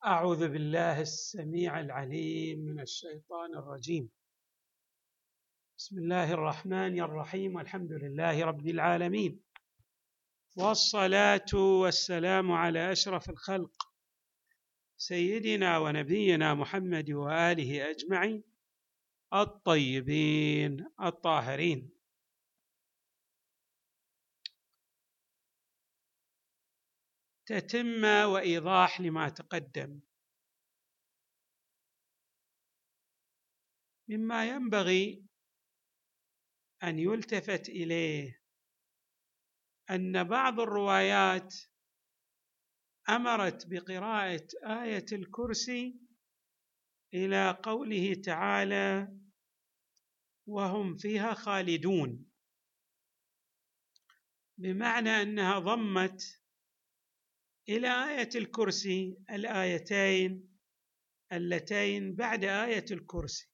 أعوذ بالله السميع العليم من الشيطان الرجيم. بسم الله الرحمن الرحيم، والحمد لله رب العالمين، والصلاة والسلام على أشرف الخلق سيدنا ونبينا محمد وآله أجمعين الطيبين الطاهرين. تتمة وإيضاح لما تقدم. مما ينبغي أن يلتفت إليه أن بعض الروايات أمرت بقراءة آية الكرسي إلى قوله تعالى وهم فيها خالدون، بمعنى أنها ضمت إلى آية الكرسي الآيتين اللتين بعد آية الكرسي.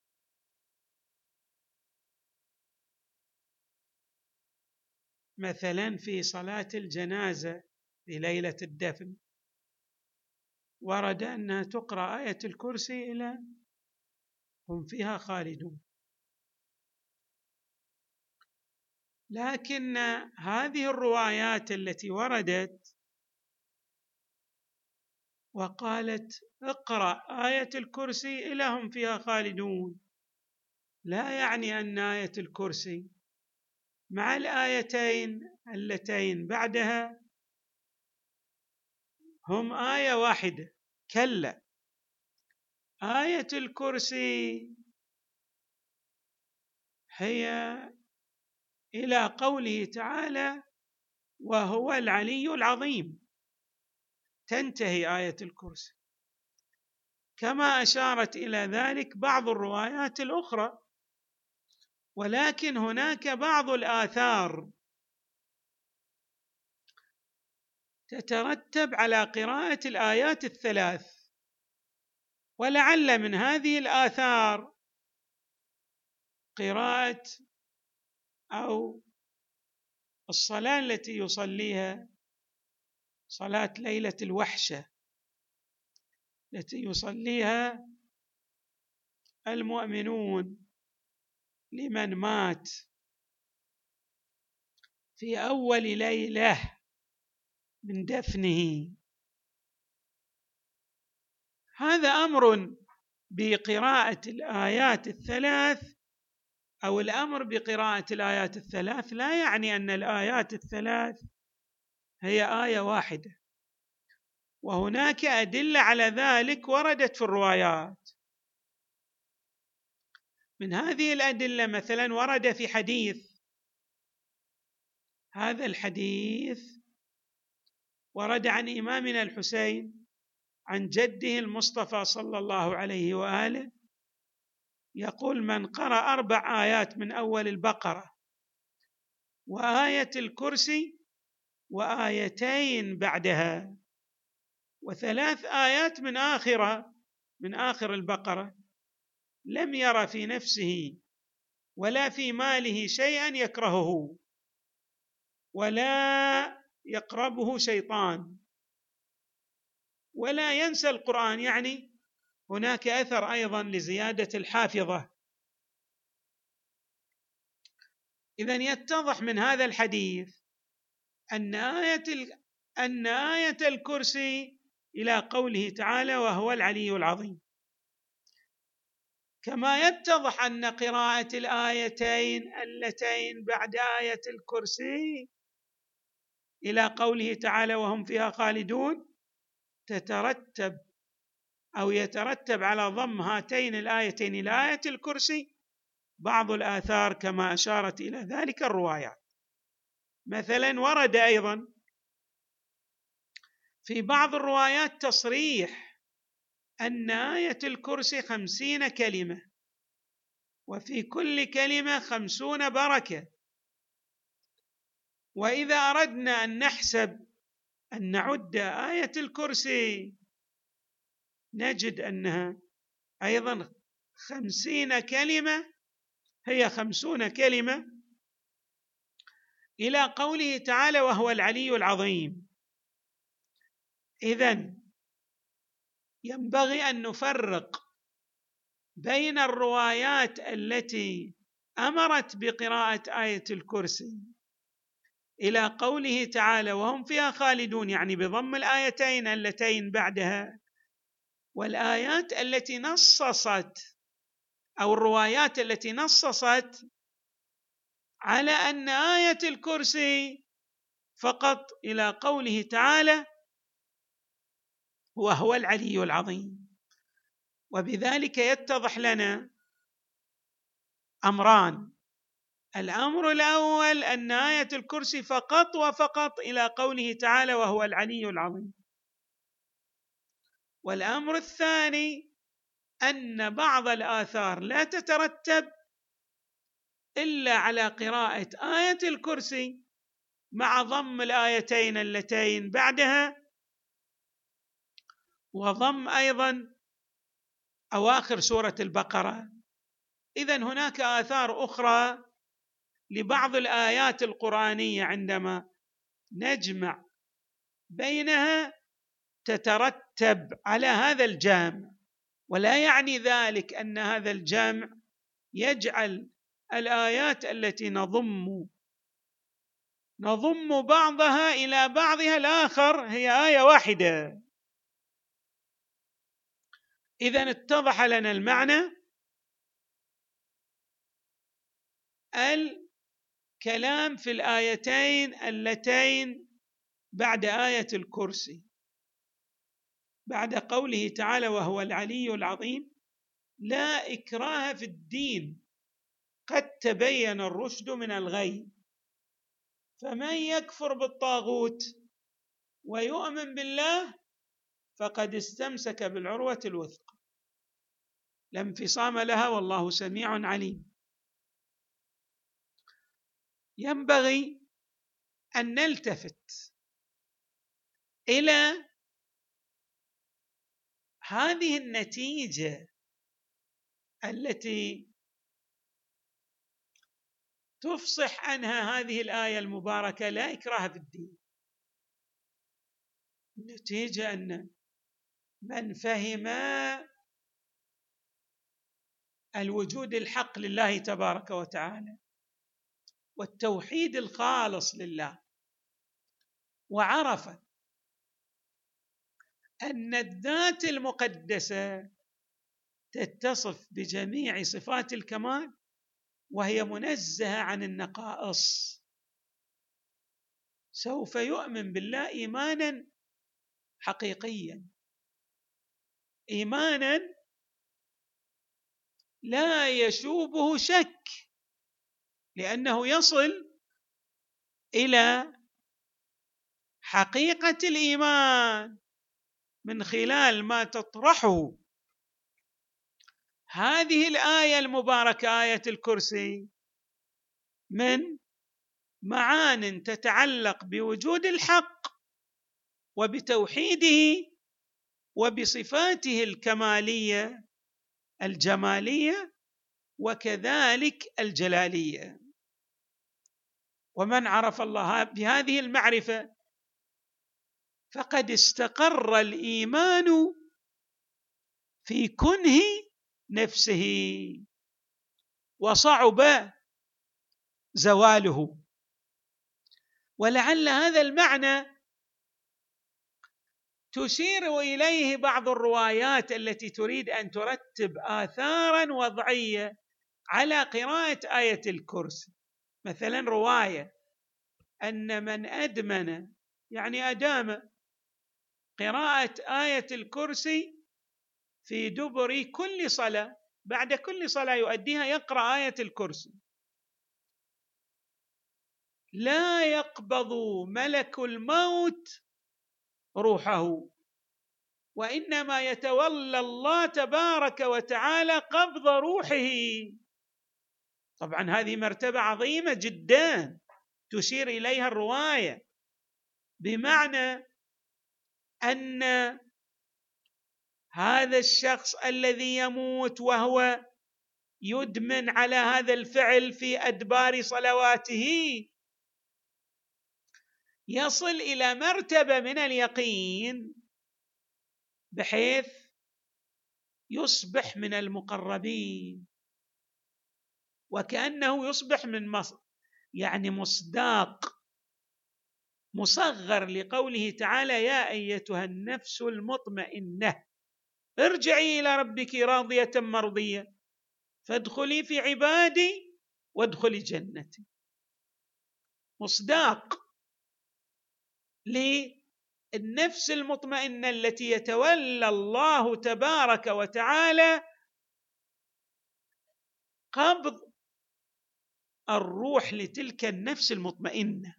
مثلا في صلاة الجنازة في ليلة الدفن ورد أنها تقرأ آية الكرسي إلى هم فيها خالدون، لكن هذه الروايات التي وردت وقالت اقرأ آية الكرسي إلى هم فيها خالدون لا يعني أن آية الكرسي مع الآيتين اللتين بعدها هم آية واحدة، كلا، آية الكرسي هي إلى قوله تعالى وهو العلي العظيم، تنتهي آية الكرسي، كما أشارت إلى ذلك بعض الروايات الأخرى. ولكن هناك بعض الآثار تترتب على قراءة الآيات الثلاث، ولعل من هذه الآثار قراءة أو الصلاة التي يصليها صلاة ليلة الوحشة التي يصليها المؤمنون لمن مات في أول ليلة من دفنه. هذا أمر بقراءة الآيات الثلاث أو الأمر بقراءة الآيات الثلاث لا يعني أن الآيات الثلاث هي آية واحدة، وهناك أدلة على ذلك وردت في الروايات. من هذه الأدلة مثلا ورد في حديث، هذا الحديث ورد عن إمامنا الحسين عن جده المصطفى صلى الله عليه وآله يقول من قرأ 4 آيات من أول البقرة وآية الكرسي وآيتين بعدها و3 آيات من آخر البقرة لم ير في نفسه ولا في ماله شيئا يكرهه ولا يقربه شيطان ولا ينسى القرآن، يعني هناك أثر أيضا لزيادة الحافظة. إذن يتضح من هذا الحديث أن آية الكرسي إلى قوله تعالى وهو العلي العظيم، كما يتضح أن قراءة الآيتين اللتين بعد آية الكرسي إلى قوله تعالى وهم فيها خالدون يترتب على ضم هاتين الآيتين إلى آية الكرسي بعض الآثار كما أشارت إلى ذلك الروايات. مثلا ورد أيضا في بعض الروايات تصريح أن آية الكرسي 50 كلمة وفي كل كلمة 50 بركة، وإذا أردنا أن نحسب أن نعد آية الكرسي نجد أنها أيضا 50 كلمة، هي 50 كلمة إلى قوله تعالى وهو العلي العظيم. إذن ينبغي أن نفرق بين الروايات التي أمرت بقراءة آية الكرسي إلى قوله تعالى وهم فيها خالدون، يعني بضم الآيتين اللتين بعدها، والآيات التي نصصت أو الروايات التي نصصت على أن آية الكرسي فقط إلى قوله تعالى وهو العلي العظيم. وبذلك يتضح لنا أمران: الأمر الأول أن آية الكرسي فقط وفقط إلى قوله تعالى وهو العلي العظيم، والأمر الثاني أن بعض الآثار لا تترتب إلا على قراءة آية الكرسي مع ضم الآيتين اللتين بعدها، وضم أيضا أواخر سورة البقرة. إذن هناك آثار أخرى لبعض الآيات القرآنية عندما نجمع بينها تترتب على هذا الجامع، ولا يعني ذلك أن هذا الجامع يجعل الآيات التي نضم بعضها إلى بعضها الآخر هي آية واحدة. إذن اتضح لنا المعنى. الكلام في الآيتين اللتين بعد آية الكرسي بعد قوله تعالى وهو العلي العظيم: لا إكراه في الدين قد تبين الرشد من الغي، فمن يكفر بالطاغوت ويؤمن بالله فقد استمسك بالعروة الوثقى لا انفصام لها والله سميع عليم. ينبغي أن نلتفت إلى هذه النتيجة التي تفصح عنها هذه الآية المباركة لا إكراه في الدين. النتيجة أن من فهم الوجود الحق لله تبارك وتعالى والتوحيد الخالص لله، وعرف أن الذات المقدسة تتصف بجميع صفات الكمال وهي منزهة عن النقائص، سوف يؤمن بالله إيمانا حقيقيا، إيمانا لا يشوبه شك، لأنه يصل إلى حقيقة الإيمان من خلال ما تطرحه هذه الآية المباركة آية الكرسي من معان تتعلق بوجود الحق وبتوحيده وبصفاته الكمالية الجمالية وكذلك الجلالية. ومن عرف الله بهذه المعرفة فقد استقر الإيمان في كنه نفسه وصعب زواله. ولعل هذا المعنى تشير إليه بعض الروايات التي تريد أن ترتب آثاراً وضعية على قراءة آية الكرسي. مثلاً رواية أن من أدمن يعني أدام قراءة آية الكرسي في دبر كل صلاة، بعد كل صلاة يؤديها يقرأ آية الكرسي، لا يقبض ملك الموت روحه، وإنما يتولى الله تبارك وتعالى قبض روحه. طبعا هذه مرتبة عظيمة جدا تشير إليها الرواية، بمعنى أن هذا الشخص الذي يموت وهو يدمن على هذا الفعل في أدبار صلواته يصل إلى مرتبة من اليقين بحيث يصبح من المقربين، وكأنه يصبح من يعني مصداق مصغر لقوله تعالى: يا أيتها النفس المطمئنة ارجعي إلى ربك راضية مرضية فادخلي في عبادي وادخلي جنتي. مصداق للنفس المطمئنة التي يتولى الله تبارك وتعالى قبض الروح لتلك النفس المطمئنة.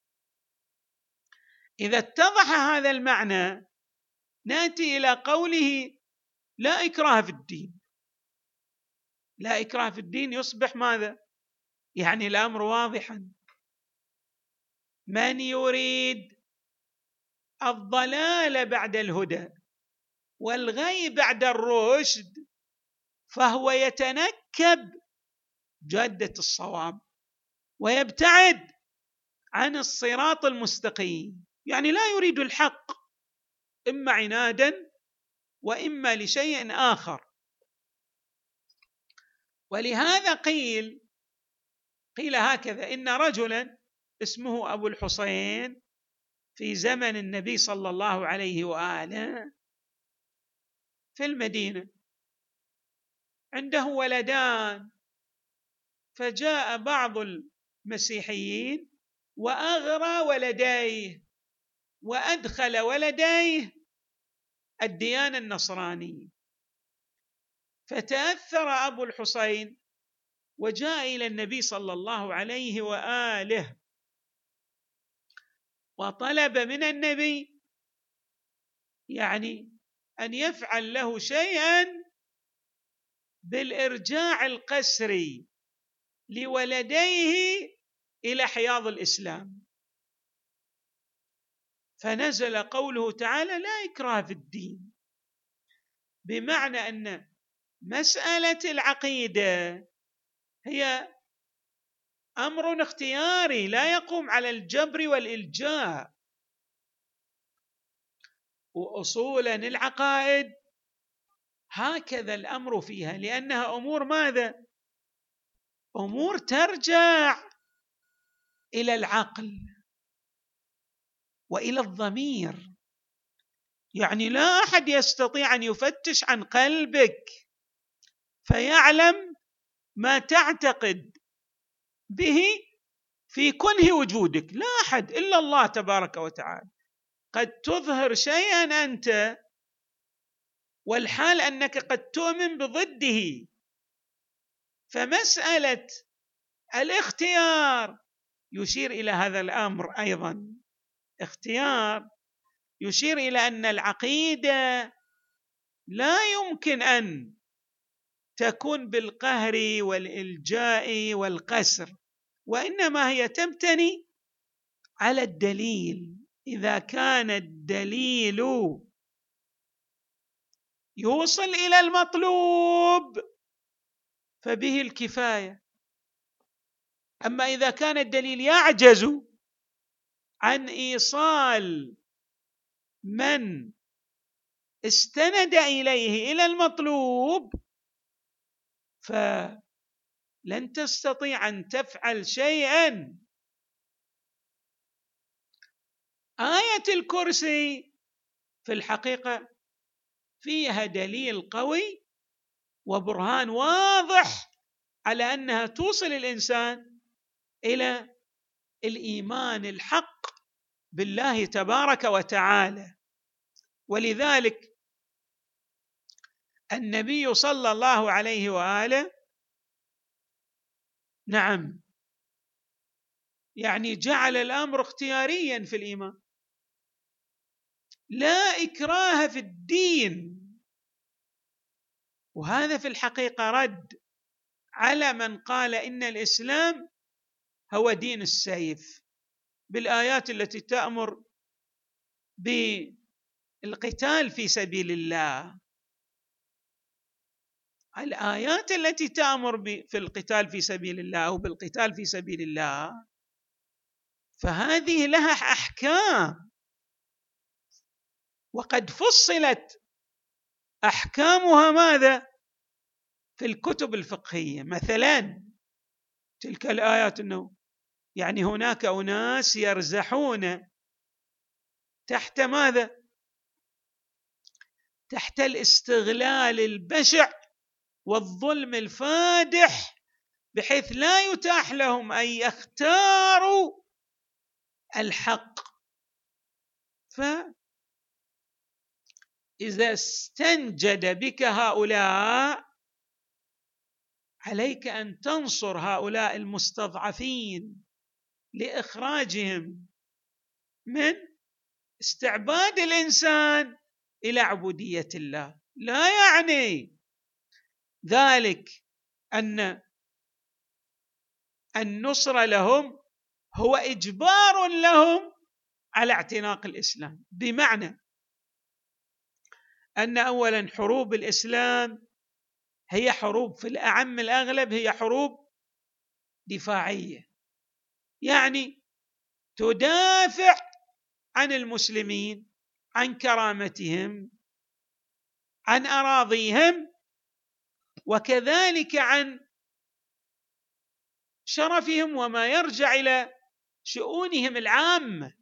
إذا اتضح هذا المعنى نأتي إلى قوله: لا إكراه في الدين. لا إكراه في الدين يصبح ماذا؟ يعني الأمر واضحا. من يريد الضلال بعد الهدى والغي بعد الرشد فهو يتنكب جادة الصواب ويبتعد عن الصراط المستقيم، يعني لا يريد الحق إما عنادا وإما لشيء آخر. ولهذا قيل هكذا: إن رجلا اسمه أبو الحسين في زمن النبي صلى الله عليه وآله في المدينة عنده ولدان، فجاء بعض المسيحيين وأغرى ولديه وأدخل ولديه الديانة النصرانية، فتأثر أبو الحسين وجاء إلى النبي صلى الله عليه وآله وطلب من النبي يعني أن يفعل له شيئا بالإرجاع القسري لولديه إلى حياض الإسلام. فنزل قوله تعالى: لا إكراه في الدين، بمعنى أن مسألة العقيدة هي أمر اختياري لا يقوم على الجبر والإلجاء. وأصولا العقائد هكذا الأمر فيها، لأنها أمور ماذا؟ أمور ترجع إلى العقل وإلى الضمير. يعني لا أحد يستطيع أن يفتش عن قلبك فيعلم ما تعتقد به في كنه وجودك، لا أحد إلا الله تبارك وتعالى. قد تظهر شيئا أنت والحال أنك قد تؤمن بضده. فمسألة الاختيار يشير إلى هذا الأمر أيضا. اختيار يشير إلى أن العقيدة لا يمكن أن تكون بالقهر والإلجاء والقسر، وإنما هي تبتني على الدليل. إذا كان الدليل يوصل إلى المطلوب فبه الكفاية. أما إذا كان الدليل يعجز عن إيصال من استند إليه إلى المطلوب فلن تستطيع أن تفعل شيئا. آية الكرسي في الحقيقة فيها دليل قوي وبرهان واضح على أنها توصل الإنسان إلى الإيمان الحق بالله تبارك وتعالى. ولذلك النبي صلى الله عليه وآله يعني جعل الأمر اختياريا في الإيمان. لا إكراه في الدين، وهذا في الحقيقة رد على من قال إن الإسلام هو دين السيف، بالآيات التي تأمر بالقتال في سبيل الله. الآيات التي تأمر في القتال في سبيل الله أو بالقتال في سبيل الله فهذه لها أحكام، وقد فصلت أحكامها ماذا؟ في الكتب الفقهية مثلا تلك الآيات، أنه يعني هناك أناس يرزحون تحت ماذا؟ تحت الاستغلال البشع والظلم الفادح، بحيث لا يتاح لهم أن يختاروا الحق. فإذا استنجد بك هؤلاء عليك أن تنصر هؤلاء المستضعفين لإخراجهم من استعباد الإنسان إلى عبودية الله. لا يعني ذلك أن النصر لهم هو إجبار لهم على اعتناق الإسلام، بمعنى أن أولا حروب الإسلام هي حروب في الأعم الأغلب هي حروب دفاعية، يعني تدافع عن المسلمين، عن كرامتهم، عن أراضيهم، وكذلك عن شرفهم وما يرجع إلى شؤونهم العامة.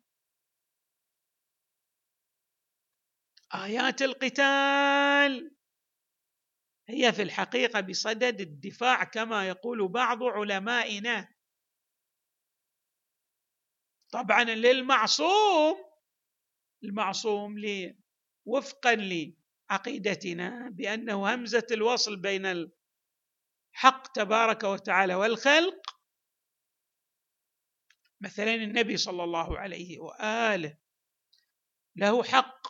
آيات القتال هي في الحقيقة بصدد الدفاع كما يقول بعض علمائنا، طبعا المعصوم وفقا لعقيدتنا بأنه همزة الوصل بين الحق تبارك وتعالى والخلق، مثلا النبي صلى الله عليه وآله له حق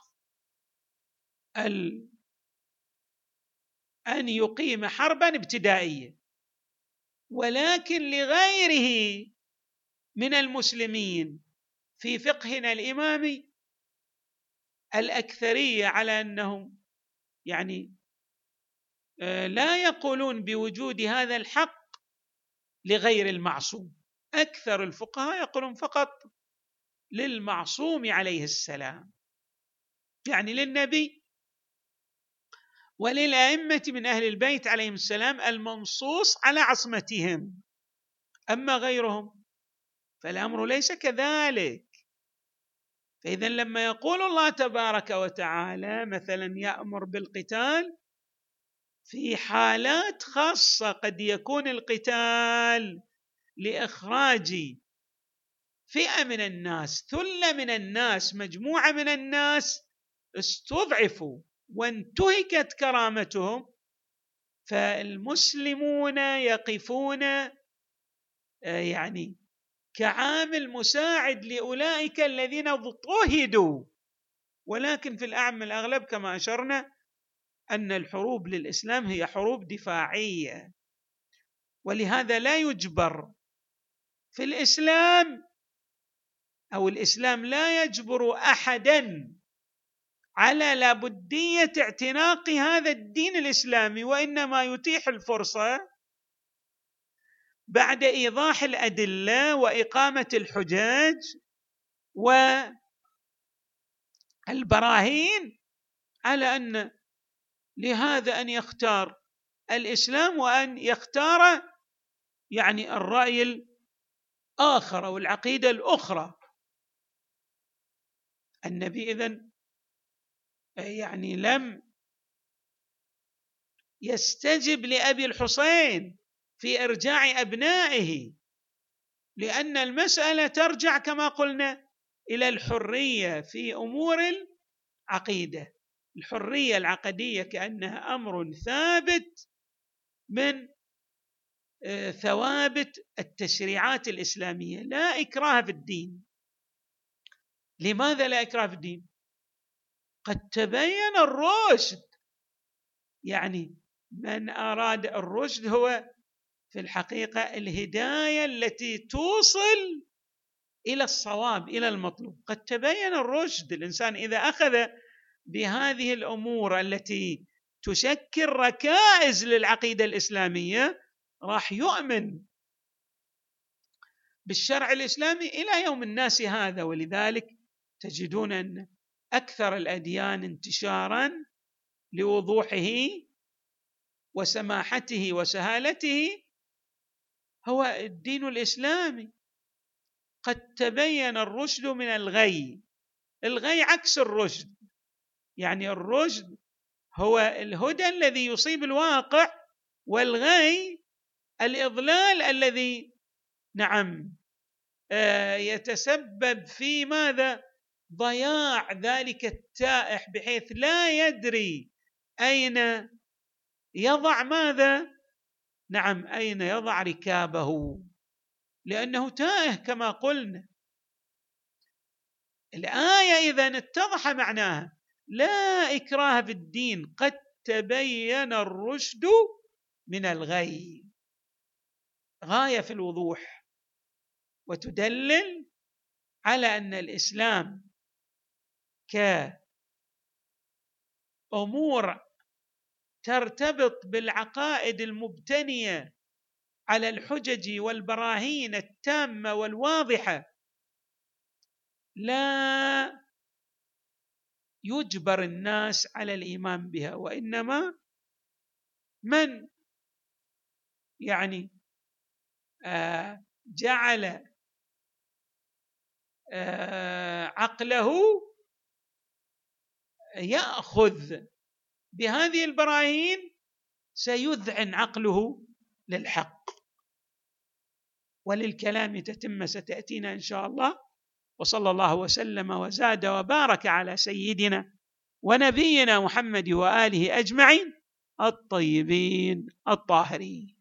أن يقيم حربا ابتدائية، ولكن لغيره من المسلمين في فقهنا الإمامي الأكثرية على أنهم يعني لا يقولون بوجود هذا الحق لغير المعصوم. أكثر الفقهاء يقولون فقط للمعصوم عليه السلام، يعني للنبي وللأئمة من أهل البيت عليهم السلام المنصوص على عصمتهم. أما غيرهم فالأمر ليس كذلك. فإذا لما يقول الله تبارك وتعالى مثلا يأمر بالقتال في حالات خاصة، قد يكون القتال لإخراج فئة من الناس، ثلة من الناس، مجموعة من الناس استضعفوا وانتهكت كرامتهم، فالمسلمون يقفون يعني كعامل مساعد لأولئك الذين اضطهدوا. ولكن في الأعم الأغلب كما أشرنا أن الحروب للإسلام هي حروب دفاعية، ولهذا لا يجبر في الإسلام، أو الإسلام لا يجبر أحدا على لابدية اعتناق هذا الدين الإسلامي، وإنما يتيح الفرصة بعد إيضاح الأدلة وإقامة الحجج والبراهين على أن لهذا أن يختار الإسلام وأن يختار يعني الرأي الآخر أو العقيدة الأخرى. النبي إذن يعني لم يستجب لأبي الحسين في إرجاع أبنائه، لأن المسألة ترجع كما قلنا إلى الحرية في أمور العقيدة، الحرية العقدية كأنها أمر ثابت من ثوابت التشريعات الإسلامية. لا إكراه في الدين. لماذا لا إكراه في الدين؟ قد تبين الرشد، يعني من أراد الرشد هو في الحقيقة الهداية التي توصل إلى الصواب، إلى المطلوب. قد تبين الرشد. الإنسان إذا أخذ بهذه الأمور التي تشكل ركائز للعقيدة الإسلامية راح يؤمن بالشرع الإسلامي إلى يوم الناس هذا. ولذلك تجدون أن أكثر الأديان انتشاراً لوضوحه وسماحته وسهالته هو الدين الإسلامي. قد تبين الرشد من الغي. الغي عكس الرشد، يعني الرشد هو الهدى الذي يصيب الواقع، والغي الإضلال الذي يتسبب في ماذا؟ ضياع ذلك التائح بحيث لا يدري أين يضع ماذا؟ أين يضع ركابه، لأنه تائه كما قلنا. الآية إذن اتضح معناها: لا إكراه في الدين، قد تبين الرشد من الغي، غاية في الوضوح، وتدلل على أن الإسلام كأمور ترتبط بالعقائد المبتنية على الحجج والبراهين التامة والواضحة لا يجبر الناس على الإيمان بها، وإنما من جعل عقله يأخذ بهذه البراهين سيذعن عقله للحق. وللكلام تتمة ستأتينا إن شاء الله. وصلى الله وسلم وزاد وبارك على سيدنا ونبينا محمد وآله أجمعين الطيبين الطاهرين.